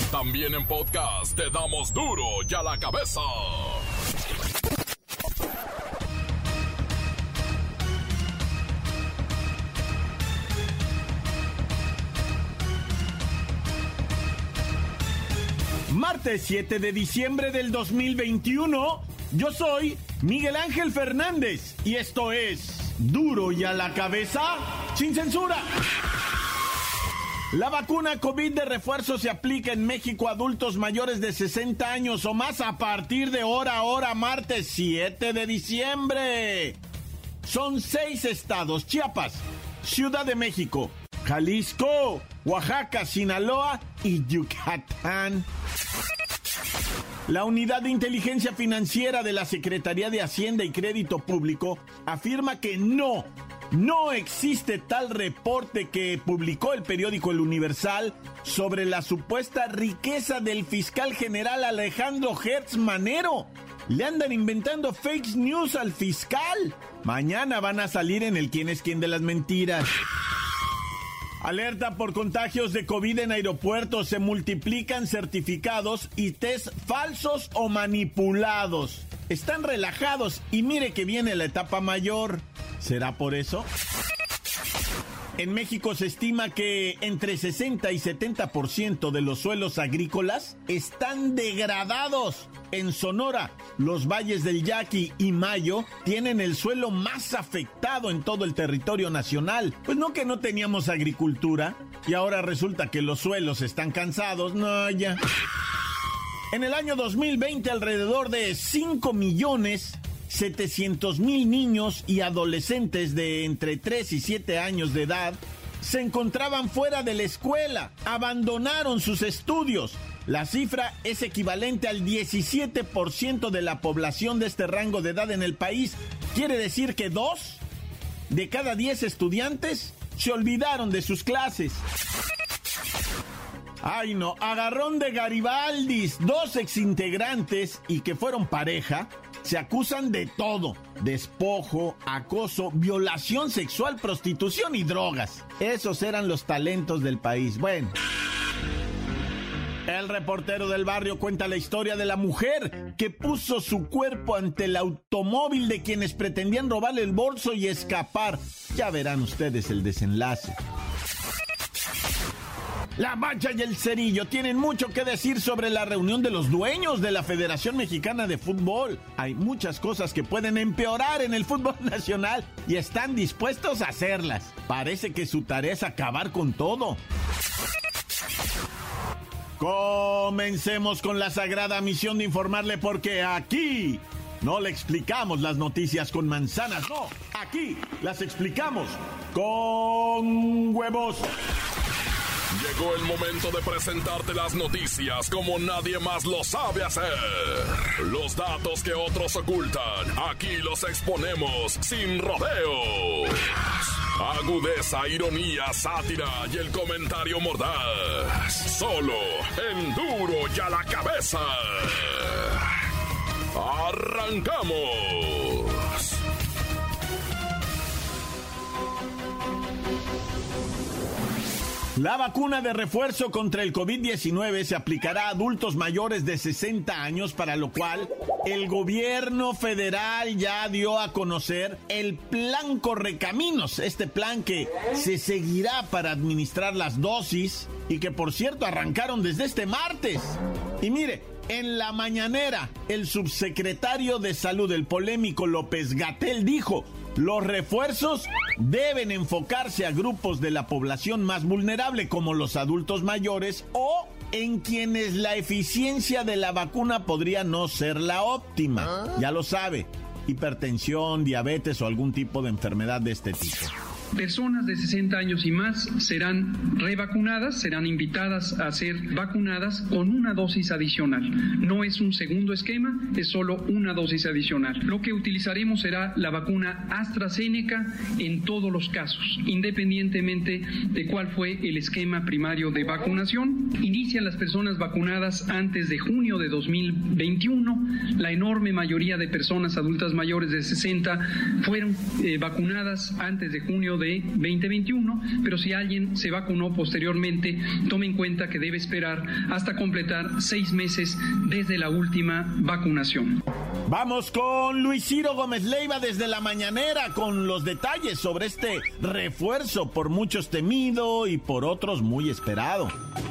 También en podcast te damos duro y a la cabeza. Martes 7 de diciembre del 2021, yo soy Miguel Ángel Fernández y esto es Duro y a la Cabeza, sin censura. La vacuna COVID de refuerzo se aplica en México a adultos mayores de 60 años o más a partir de ahora, martes 7 de diciembre. Son 6 estados: Chiapas, Ciudad de México, Jalisco, Oaxaca, Sinaloa y Yucatán. La Unidad de Inteligencia Financiera de la Secretaría de Hacienda y Crédito Público afirma que no existe tal reporte que publicó el periódico El Universal sobre la supuesta riqueza del fiscal general Alejandro Gertz Manero. Le andan inventando fake news al fiscal. Mañana van a salir en el quién es quién de las mentiras. Alerta por contagios de COVID en aeropuertos. Se multiplican certificados y test falsos o manipulados. Están relajados y mire que viene la etapa mayor. ¿Será por eso? En México se estima que entre 60 y 70% de los suelos agrícolas están degradados. En Sonora, los valles del Yaqui y Mayo tienen el suelo más afectado en todo el territorio nacional. Pues no que no teníamos agricultura y ahora resulta que los suelos están cansados. No, ya. En el año 2020, alrededor de 5.700.000 niños y adolescentes de entre 3 y 7 años de edad se encontraban fuera de la escuela, abandonaron sus estudios. La cifra es equivalente al 17% de la población de este rango de edad en el país. Quiere decir que 2 de cada 10 estudiantes se olvidaron de sus clases. Ay no, agarrón de Garibaldis. 2 exintegrantes y que fueron pareja se acusan de todo: despojo, acoso, violación sexual, prostitución y drogas. Esos eran los talentos del país. Bueno, el reportero del barrio cuenta la historia de la mujer que puso su cuerpo ante el automóvil de quienes pretendían robarle el bolso y escapar. Ya verán ustedes el desenlace. La Bacha y el Cerillo tienen mucho que decir sobre la reunión de los dueños de la Federación Mexicana de Fútbol. Hay muchas cosas que pueden empeorar en el fútbol nacional y están dispuestos a hacerlas. Parece que su tarea es acabar con todo. Comencemos con la sagrada misión de informarle, porque aquí no le explicamos las noticias con manzanas, no. Aquí las explicamos con huevos. Llegó el momento de presentarte las noticias como nadie más lo sabe hacer. Los datos que otros ocultan, aquí los exponemos sin rodeos. Agudeza, ironía, sátira y el comentario mordaz. Solo en Duro y a la Cabeza. ¡Arrancamos! La vacuna de refuerzo contra el COVID-19 se aplicará a adultos mayores de 60 años, para lo cual el gobierno federal ya dio a conocer el plan Correcaminos, este plan que se seguirá para administrar las dosis y que, por cierto, arrancaron desde este martes. Y mire, en la mañanera, el subsecretario de Salud, el polémico López-Gatell, dijo: los refuerzos deben enfocarse a grupos de la población más vulnerable, como los adultos mayores o en quienes la eficiencia de la vacuna podría no ser la óptima. Ya lo sabe, hipertensión, diabetes o algún tipo de enfermedad de este tipo. Personas de 60 años y más serán revacunadas, serán invitadas a ser vacunadas con una dosis adicional. No es un segundo esquema, es solo una dosis adicional. Lo que utilizaremos será la vacuna AstraZeneca en todos los casos, independientemente de cuál fue el esquema primario de vacunación. Inician las personas vacunadas antes de junio de 2021. La enorme mayoría de personas adultas mayores de 60 fueron vacunadas antes de junio de 2021, pero si alguien se vacunó posteriormente, tome en cuenta que debe esperar hasta completar 6 meses desde la última vacunación. Vamos con Luis Ciro Gómez Leiva desde la mañanera con los detalles sobre este refuerzo, por muchos temido y por otros muy esperado.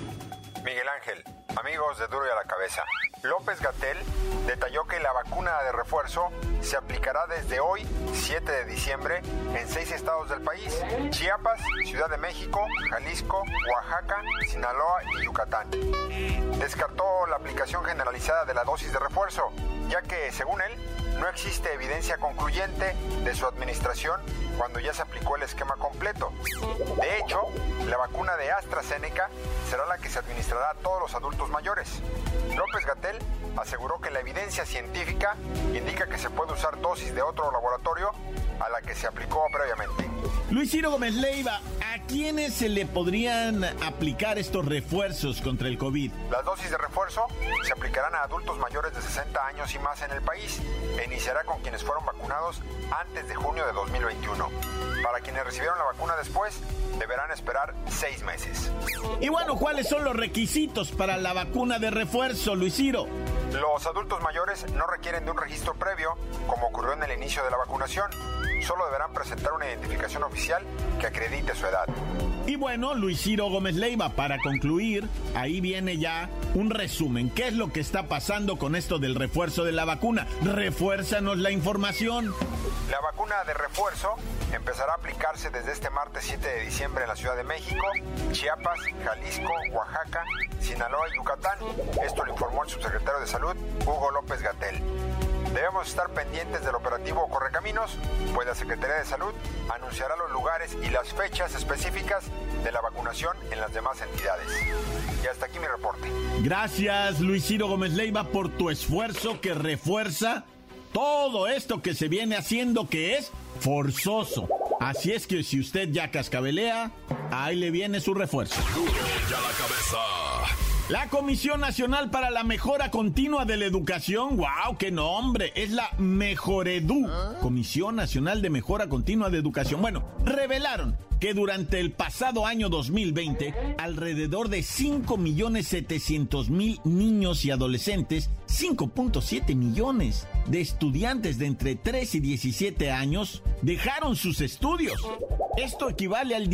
Miguel Ángel, amigos de Duro y a la Cabeza, López-Gatell detalló que la vacuna de refuerzo se aplicará desde hoy, 7 de diciembre, en 6 estados del país: Chiapas, Ciudad de México, Jalisco, Oaxaca, Sinaloa y Yucatán. Descartó la aplicación generalizada de la dosis de refuerzo, ya que, según él, no existe evidencia concluyente de su administración cuando ya se aplicó el esquema completo. De hecho, la vacuna de AstraZeneca será la que se administrará a todos los adultos mayores. López-Gatell aseguró que la evidencia científica indica que se puede usar dosis de otro laboratorio a la que se aplicó previamente. Luis Ciro Gómez Leiva, ¿a quiénes se le podrían aplicar estos refuerzos contra el COVID? Las dosis de refuerzo se aplicarán a adultos mayores de 60 años y más en el país e iniciará con quienes fueron vacunados antes de junio de 2021. Para quienes recibieron la vacuna después, deberán esperar 6 meses. Y bueno, ¿cuáles son los requisitos para la vacuna de refuerzo, Luis Ciro? Los adultos mayores no requieren de un registro previo, como ocurrió en el inicio de la vacunación. Solo deberán presentar una identificación oficial que acredite su edad. Y bueno, Luis Ciro Gómez Leiva, para concluir, ahí viene ya un resumen. ¿Qué es lo que está pasando con esto del refuerzo de la vacuna? Refuérzanos la información. La vacuna de refuerzo empezará a aplicarse desde este martes 7 de diciembre en la Ciudad de México, Chiapas, Jalisco, Oaxaca, Sinaloa y Yucatán. Esto lo informó el subsecretario de Salud, Hugo López-Gatell. Debemos estar pendientes del operativo Correcaminos, pues la Secretaría de Salud anunciará los lugares y las fechas específicas de la vacunación en las demás entidades. Y hasta aquí mi reporte. Gracias, Luis Ciro Gómez Leiva, por tu esfuerzo que refuerza todo esto que se viene haciendo, que es forzoso. Así es que si usted ya cascabelea, ahí le viene su refuerzo. Duro y a la Cabeza. La Comisión Nacional para la Mejora Continua de la Educación, ¡wow! ¡Qué nombre! Es la Mejoredu, Comisión Nacional de Mejora Continua de Educación. Bueno, revelaron que durante el pasado año 2020, alrededor de 5.700.000 niños y adolescentes, 5.7 millones de estudiantes de entre 3 y 17 años, dejaron sus estudios. Esto equivale al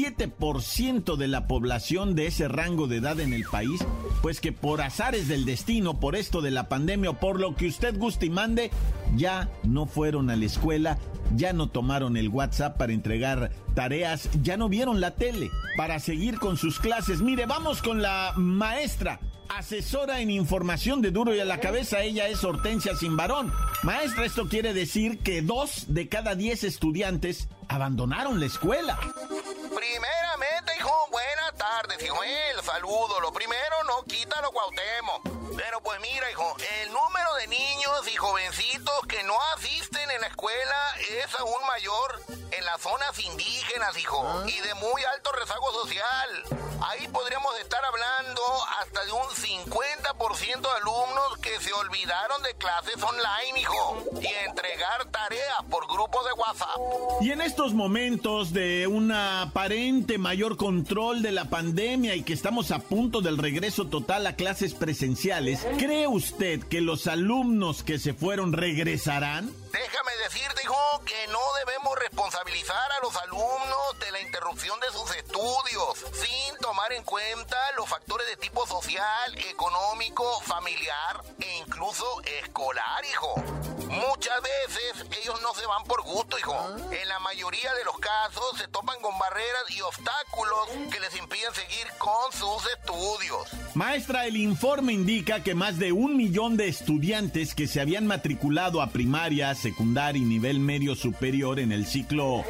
17% de la población de ese rango de edad en el país, pues que por azares del destino, por esto de la pandemia o por lo que usted guste y mande, ya no fueron a la escuela, ya no tomaron el WhatsApp para entregar tareas, ya no vieron la tele para seguir con sus clases. Mire, vamos con la maestra, asesora en información de Duro y a la Cabeza. Ella es Hortensia Simbarón. Maestra, esto quiere decir que 2 de cada 10 estudiantes abandonaron la escuela. Primeramente, hijo, buenas tardes, hijo. El saludo, lo primero no quita lo Cuauhtémoc. Pero pues mira, hijo, el número de niños y jovencitos que no asisten en la escuela es aún mayor en las zonas indígenas, hijo, y de muy alto rezago social. Ahí podríamos estar hablando hasta de un 50% de alumnos que se olvidaron de clases online, hijo, y entregar tareas por grupos de WhatsApp. Y en estos momentos de un aparente mayor control de la pandemia y que estamos a punto del regreso total a clases presenciales, ¿cree usted que los alumnos que se fueron regresarán? Déjame decirte, hijo, que no debemos responsabilizar a los alumnos de la interrupción de sus estudios, sin tomar en cuenta los factores de tipo social, económico, familiar e incluso escolar, hijo. Muchas veces ellos no se van por gusto, hijo. En la mayoría de los casos se topan con barreras y obstáculos que les impiden seguir con sus estudios. Maestra, el informe indica que más de 1 millón de estudiantes que se habían matriculado a primaria, secundaria y nivel medio superior en el ciclo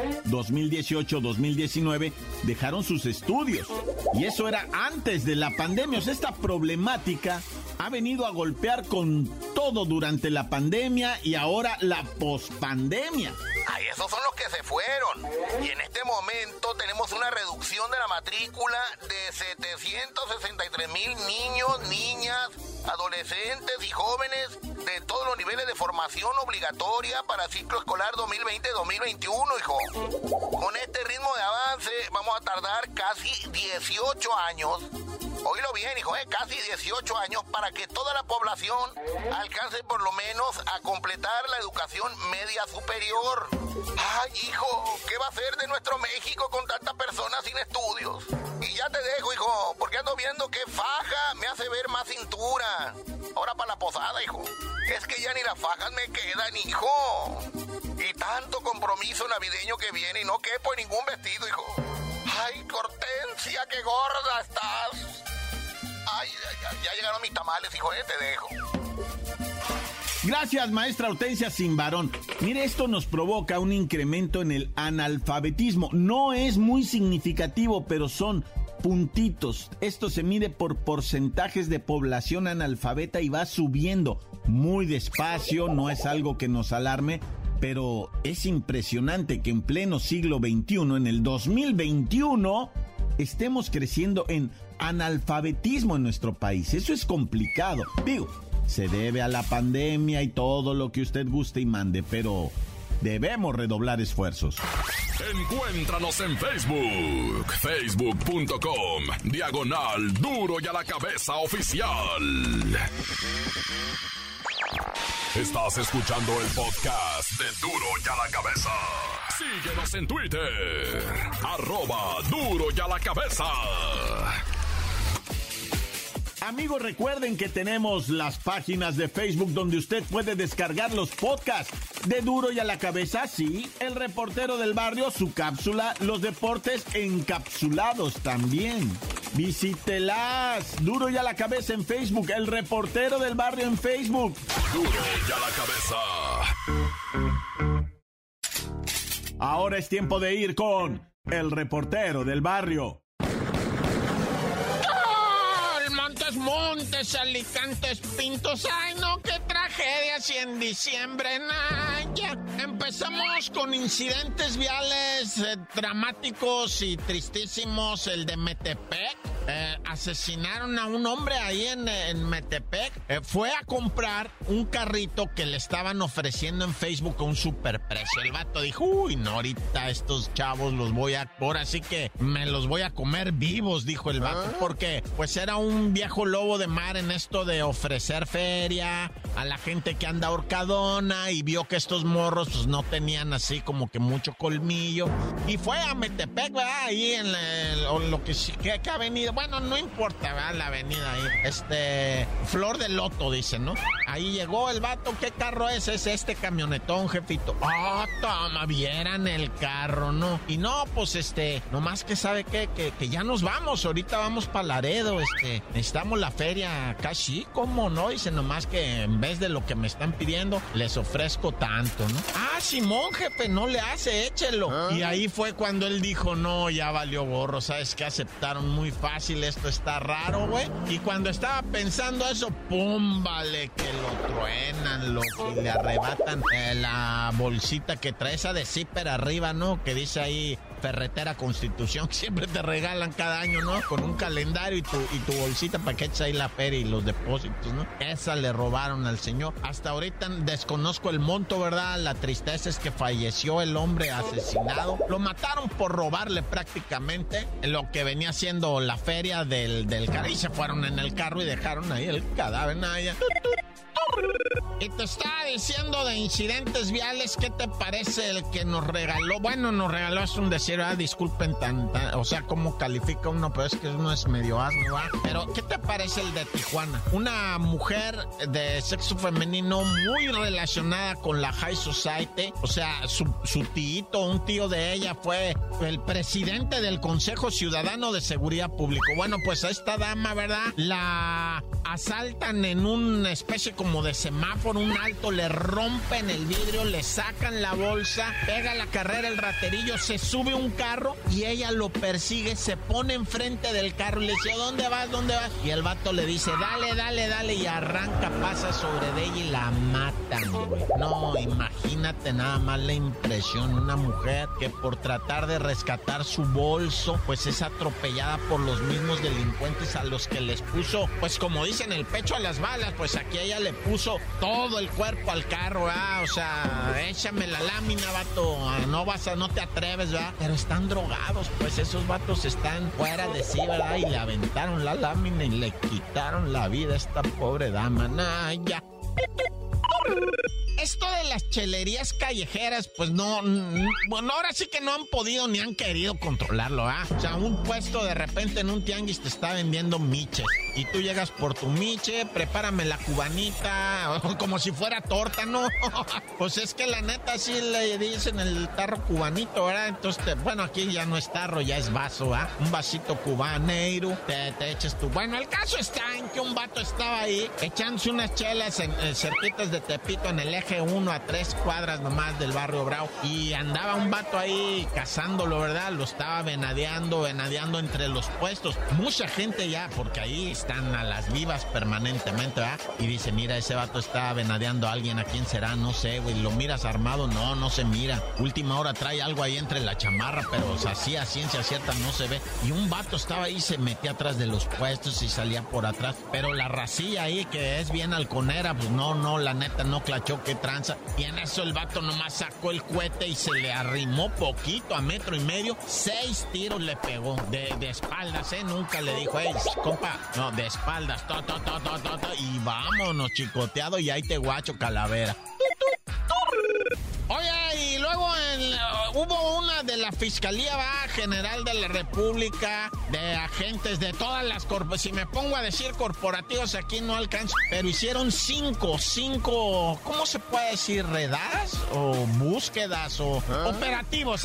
2018-2019 dejaron sus estudios. Y eso era antes de la pandemia. O sea, esta problemática ha venido a golpear con todo durante la pandemia y ahora la pospandemia. Ay, esos son los que se fueron. Y en este momento tenemos una reducción de la matrícula de 763,000 niños, niñas adolescentes y jóvenes de todos los niveles de formación obligatoria para ciclo escolar 2020-2021, hijo. Con este ritmo de avance vamos a tardar casi 18 años. Oílo bien, hijo, casi 18 años para que toda la población alcance por lo menos a completar la educación media superior. Ay, hijo, ¿qué va a hacer de nuestro México con tantas personas sin estudios? Y ya te dejo, hijo, porque ando viendo que faja me hace ver más cintura. Ahora para la posada, hijo. Es que ya ni las fajas me quedan, hijo. Y tanto compromiso navideño que viene y no quepo en ningún vestido, hijo. Ay, Hortensia, qué gorda estás. Ay, ya llegaron mis tamales, hijo, te dejo. Gracias, maestra Hortensia Simbarón. Mire, esto nos provoca un incremento en el analfabetismo. No es muy significativo, pero son puntitos. Esto se mide por porcentajes de población analfabeta y va subiendo muy despacio. No es algo que nos alarme, pero es impresionante que en pleno siglo XXI, en el 2021, estemos creciendo en analfabetismo en nuestro país. Eso es complicado. Digo, se debe a la pandemia y todo lo que usted guste y mande, pero debemos redoblar esfuerzos. Encuéntranos en Facebook, facebook.com/Duro y a la Cabeza Oficial. Estás escuchando el podcast de Duro y a la Cabeza. Síguenos en Twitter, @Duro y a la Cabeza. Amigos, recuerden que tenemos las páginas de Facebook donde usted puede descargar los podcasts de Duro y a la Cabeza, sí, El Reportero del Barrio, su cápsula, los deportes encapsulados también. Visítelas, Duro y a la Cabeza en Facebook, El Reportero del Barrio en Facebook. Duro y a la Cabeza. Ahora es tiempo de ir con El Reportero del Barrio. Montes, Alicantes, Pintos, ay no, qué tragedia si en diciembre, ya empezamos con incidentes viales dramáticos y tristísimos. El de Metepec, asesinaron a un hombre ahí en Metepec, fue a comprar un carrito que le estaban ofreciendo en Facebook a un superprecio. El vato dijo, uy no, ahorita estos chavos ahora sí que me los voy a comer vivos, dijo el vato, porque pues era un viejo lobo de mar en esto de ofrecer feria a la gente que anda horcadona, y vio que estos morros pues no tenían así como que mucho colmillo, y fue a Metepec, ¿verdad? Ahí en ¿qué avenida? Bueno, no importa, ¿verdad? La avenida ahí, Flor de Loto, dicen, ¿no? Ahí llegó el vato, ¿qué carro es? Es este camionetón, jefito. Toma, vieran el carro, ¿no? Y no, pues nomás que sabe que ya nos vamos, ahorita vamos para Laredo, necesitamos la feria casi, ¿cómo no? Dice, nomás que en vez de lo que me están pidiendo, les ofrezco tanto, ¿no? Simón, jefe, no le hace, échelo. Y ahí fue cuando él dijo, no, ya valió gorro, ¿sabes qué? Aceptaron muy fácil, esto está raro, güey. Y cuando estaba pensando eso, ¡pum! Vale, que lo truenan, loco, y le arrebatan la bolsita que trae esa de zipper arriba, ¿no? Que dice ahí, Ferretera Constitución, que siempre te regalan cada año, ¿no? Con un calendario y tu bolsita para que eches ahí la feria y los depósitos, ¿no? Esa le robaron al señor. Hasta ahorita desconozco el monto, ¿verdad? La tristeza es que falleció el hombre asesinado. Lo mataron por robarle prácticamente lo que venía siendo la feria del carro, y se fueron en el carro y dejaron ahí el cadáver, allá. Y te estaba diciendo de incidentes viales, ¿qué te parece el que nos regaló? Bueno, nos regaló, es un decir, ¿verdad? Disculpen o sea, cómo califica uno, pero es que uno es medio asno, ¿verdad? Pero, ¿qué te parece el de Tijuana? Una mujer de sexo femenino muy relacionada con la High Society, o sea, su tío, un tío de ella, fue el presidente del Consejo Ciudadano de Seguridad Pública. Bueno, pues a esta dama, ¿verdad? La asaltan en una especie como de semáforo por un alto, le rompen el vidrio, le sacan la bolsa, pega la carrera el raterillo, se sube un carro y ella lo persigue, se pone enfrente del carro y le dice, ¿dónde vas? Y el vato le dice, dale, y arranca, pasa sobre de ella y la matan, güey. No, imagínate nada más la impresión, una mujer que por tratar de rescatar su bolso, pues es atropellada por los mismos delincuentes a los que les puso, pues como dicen, el pecho a las balas, pues aquí ella le puso todo el cuerpo al carro, o sea, échame la lámina, vato, no te atreves, ¿verdad? Pero están drogados, pues esos vatos están fuera de sí, ¿verdad? Y le aventaron la lámina y le quitaron la vida a esta pobre dama. Nah, ya. Esto de las chelerías callejeras, pues bueno, ahora sí que no han podido ni han querido controlarlo, O sea, un puesto de repente en un tianguis te está vendiendo miches y tú llegas por tu miche, prepárame la cubanita, como si fuera torta, ¿no? Pues es que la neta sí le dicen el tarro cubanito, ¿verdad? Entonces, bueno, aquí ya no es tarro, ya es vaso, Un vasito cubaneiro, te echas tu... Bueno, el caso está en que un vato estaba ahí echándose unas chelas en cerquitas de Tepito en el eje 1 a 3 cuadras nomás del barrio Bravo, y andaba un vato ahí cazándolo, ¿verdad? Lo estaba venadeando entre los puestos. Mucha gente ya, porque ahí están a las vivas permanentemente, ¿verdad? Y dice, mira, ese vato está venadeando a alguien, ¿a quién será? No sé, güey. ¿Lo miras armado? No se mira. Última hora trae algo ahí entre la chamarra, pero o sea, así a ciencia cierta no se ve. Y un vato estaba ahí, se metía atrás de los puestos y salía por atrás, pero la racilla ahí, que es bien halconera, pues no, la neta no clachó qué tranza. Y en eso el vato nomás sacó el cohete y se le arrimó poquito, a 1.5 metros. 6 tiros le pegó de espaldas, Nunca le dijo, compa, no, de espaldas, y vámonos, chicoteado, y ahí te guacho, calavera. Oye, y luego hubo una de la Fiscalía General de la República, de agentes de todas las si me pongo a decir corporativos aquí no alcanzo, pero hicieron 5, ¿cómo se puede decir? ¿Redadas? ¿O búsquedas? ¿O operativos?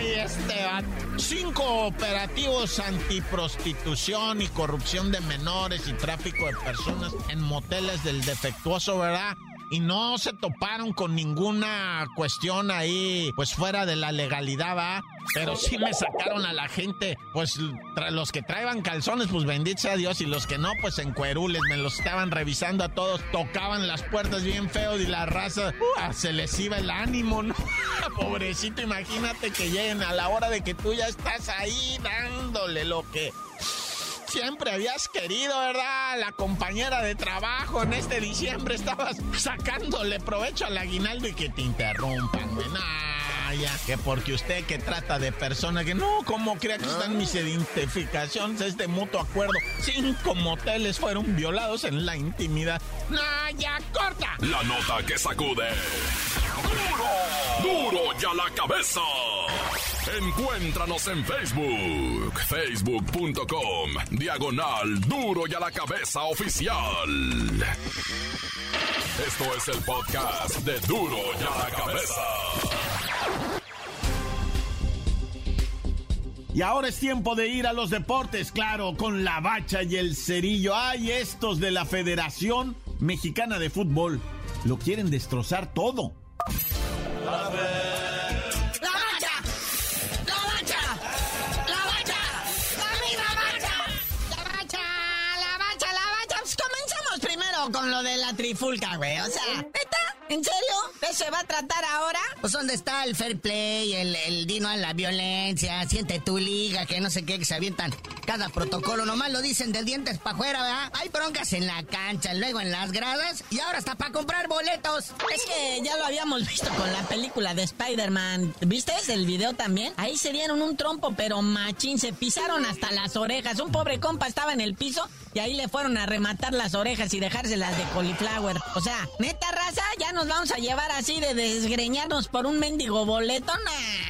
5 operativos antiprostitución y corrupción de menores y tráfico de personas en moteles del defectuoso, ¿verdad? Y no se toparon con ninguna cuestión ahí, pues fuera de la legalidad, ¿va? Pero sí me sacaron a la gente, pues los que traían calzones, pues bendito sea Dios, y los que no, pues en cuerules, me los estaban revisando a todos, tocaban las puertas bien feos y la raza, se les iba el ánimo, ¿no? Pobrecito, imagínate que lleguen a la hora de que tú ya estás ahí dándole lo que siempre habías querido, ¿verdad? La compañera de trabajo en este diciembre estabas sacándole provecho al aguinaldo y que te interrumpan, güey. Ya, que porque usted que trata de personas que no, ¿cómo crea que están mis identificaciones? Es de mutuo acuerdo. 5 moteles fueron violados en la intimidad. Ya, corta. La nota que sacude. ¡Duro y a la cabeza! Encuéntranos en Facebook, facebook.com/Duro y a la Cabeza Oficial. Esto es el podcast de Duro y a la Cabeza. Y ahora es tiempo de ir a los deportes, claro, con la Bacha y el Cerillo. ¡Ay, estos de la Federación Mexicana de Fútbol! Lo quieren destrozar todo. ¡La Bacha! Pues comenzamos primero con lo de la trifulca, güey. O sea, ¿neta? ¿En serio? ¿De eso se va a tratar ahora? Pues ¿dónde está el fair play, el dino a la violencia, siente tu liga, que no sé qué, que se avientan cada protocolo? Nomás lo dicen del dientes para afuera, ¿verdad? Hay broncas en la cancha, luego en las gradas y ahora hasta para comprar boletos. Es que ya lo habíamos visto con la película de Spider-Man. ¿Viste el video también? Ahí se dieron un trompo, pero machín, se pisaron hasta las orejas. Un pobre compa estaba en el piso y ahí le fueron a rematar las orejas y dejárselas de cauliflower. O sea, neta raza, ya nos vamos a llevar así de desgreñarnos por un mendigo boleto,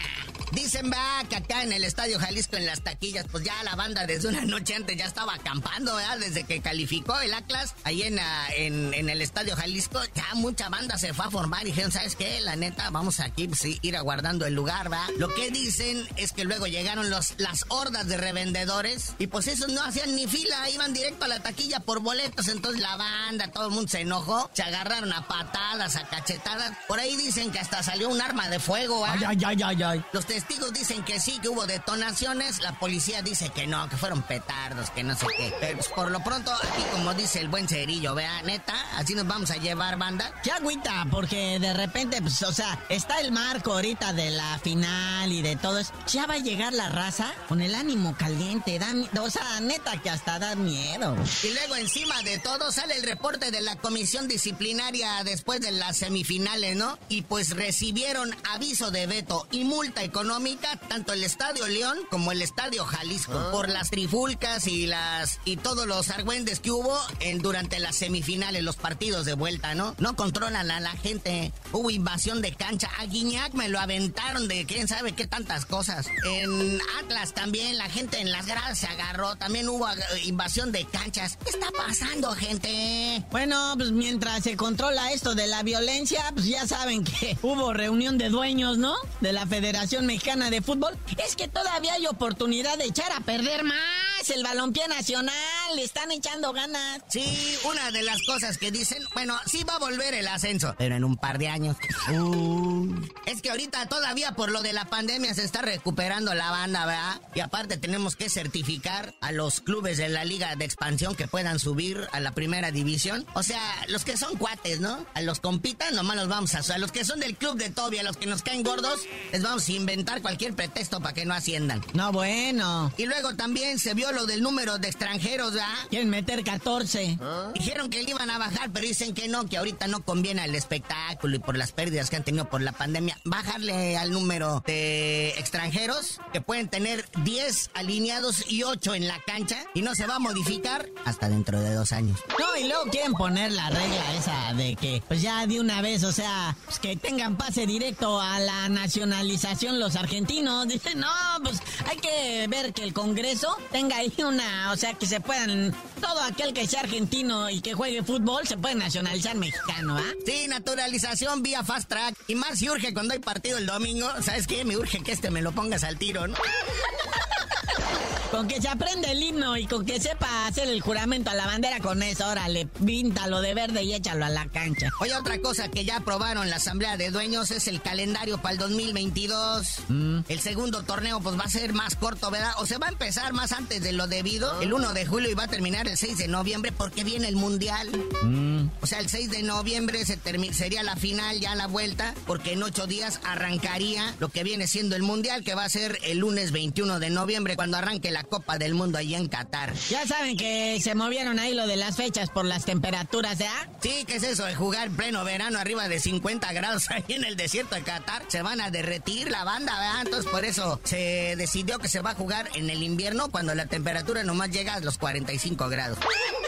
Dicen, va, que acá en el Estadio Jalisco, en las taquillas, pues ya la banda desde una noche antes ya estaba acampando, ¿verdad? Desde que calificó el Atlas, ahí en el Estadio Jalisco, ya mucha banda se fue a formar y dijeron, ¿sabes qué? La neta, vamos aquí, pues, sí, ir aguardando el lugar, ¿verdad? Lo que dicen es que luego llegaron las hordas de revendedores y pues esos no hacían ni fila, iban directo a la taquilla por boletos, entonces la banda, todo el mundo se enojó, se agarraron a patadas, a cachetadas, por ahí dicen que hasta salió un arma de fuego, ¿verdad? Ay. Los testigos dicen que sí, que hubo detonaciones, la policía dice que no, que fueron petardos, que no sé qué, pero pues, por lo pronto, aquí como dice el buen Cerillo, vea, neta, así nos vamos a llevar, banda. Qué agüita, porque de repente, pues, o sea, está el marco ahorita de la final y de todo eso. Ya va a llegar la raza con el ánimo caliente, o sea, neta que hasta da miedo. Y luego encima de todo sale el reporte de la comisión disciplinaria después de las semifinales, ¿no? Y pues recibieron aviso de veto y multa económica tanto el Estadio León como el Estadio Jalisco por las trifulcas y todos los argüendes que hubo durante las semifinales, los partidos de vuelta, ¿no? No controlan a la gente. Hubo invasión de cancha. A Guiñac me lo aventaron de quién sabe qué tantas cosas. En Atlas también la gente en las gradas se agarró. También hubo invasión de canchas. ¿Qué está pasando, gente? Bueno, pues mientras se controla esto de la violencia, pues ya saben que hubo reunión de dueños, ¿no? De la Federación Mexicana de Fútbol. Es que todavía hay oportunidad de echar a perder más el balompié nacional. Le están echando ganas. Sí, una de las cosas que dicen, bueno, sí va a volver el ascenso, pero en un par de años. Es que ahorita todavía por lo de la pandemia se está recuperando la banda, ¿verdad? Y aparte tenemos que certificar a los clubes de la Liga de Expansión que puedan subir a la primera división. O sea, los que son cuates, ¿no? A los compitas nomás los vamos a los que son del club de Toby, a los que nos caen gordos, les vamos a inventar cualquier pretexto para que no asciendan. No, bueno. Y luego también se vio lo del número de extranjeros, ¿verdad? Quieren meter 14. Dijeron que le iban a bajar, pero dicen que no, que ahorita no conviene al espectáculo y por las pérdidas que han tenido por la pandemia. Bajarle al número de extranjeros, que pueden tener 10 alineados y 8 en la cancha, y no se va a modificar hasta dentro de 2 años. No, y luego quieren poner la regla esa de que, pues ya de una vez, o sea, pues que tengan pase directo a la nacionalización los argentinos. Dicen, no, pues hay que ver que el Congreso tenga ahí o sea, que se puedan, todo aquel que sea argentino y que juegue fútbol, se puede nacionalizar mexicano, ¿ah? Sí, naturalización vía fast track. Y más si urge cuando hay partido el domingo. ¿Sabes qué? Me urge que me lo pongas al tiro, ¿no? Con que se aprenda el himno y con que sepa hacer el juramento a la bandera, con eso, órale, píntalo de verde y échalo a la cancha. Oye, otra cosa que ya aprobaron la Asamblea de Dueños es el calendario para el 2022. El segundo torneo, pues va a ser más corto, ¿verdad? O se va a empezar más antes de lo debido, el 1 de julio, y va a terminar el 6 de noviembre porque viene el Mundial. O sea, el 6 de noviembre sería la final, ya la vuelta, porque en 8 días arrancaría lo que viene siendo el Mundial, que va a ser el lunes 21 de noviembre, cuando arranque la Copa del Mundo allá en Qatar. Ya saben que se movieron ahí lo de las fechas por las temperaturas, ¿eh? Sí, ¿qué es eso de jugar pleno verano arriba de 50 grados ahí en el desierto de Qatar? Se van a derretir la banda, ¿verdad? Entonces por eso se decidió que se va a jugar en el invierno, cuando la temperatura nomás llega a los 45 grados.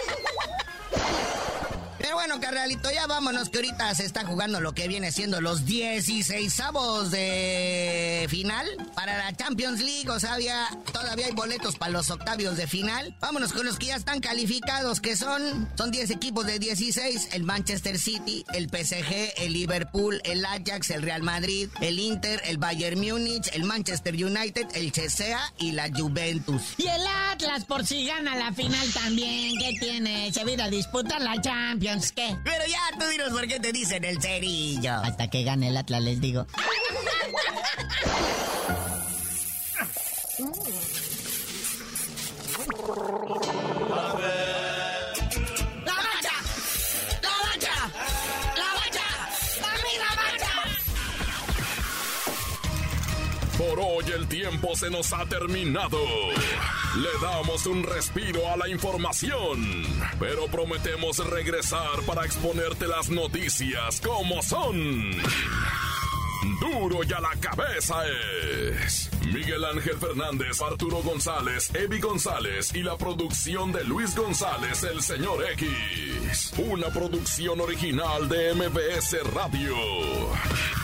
Pero bueno, carnalito, ya vámonos, que ahorita se está jugando lo que viene siendo los 16avos de final para la Champions League. O sea, todavía hay boletos para los octavios de final. Vámonos con los que ya están calificados, que son 10 equipos de 16. El Manchester City, el PSG, el Liverpool, el Ajax, el Real Madrid, el Inter, el Bayern Múnich, el Manchester United, el Chelsea y la Juventus. Y el Atlas, por si gana la final también. ¿Qué tiene? Se va a ir a disputar la Champions. ¿Qué? Pero ya, tú dinos por qué te dicen el Cerillo. Hasta que gane el Atlas, les digo. Por hoy el tiempo se nos ha terminado. Le damos un respiro a la información, pero prometemos regresar para exponerte las noticias como son. Duro y a la cabeza es Miguel Ángel Fernández, Arturo González, Evi González y la producción de Luis González, el señor X. Una producción original de MBS Radio.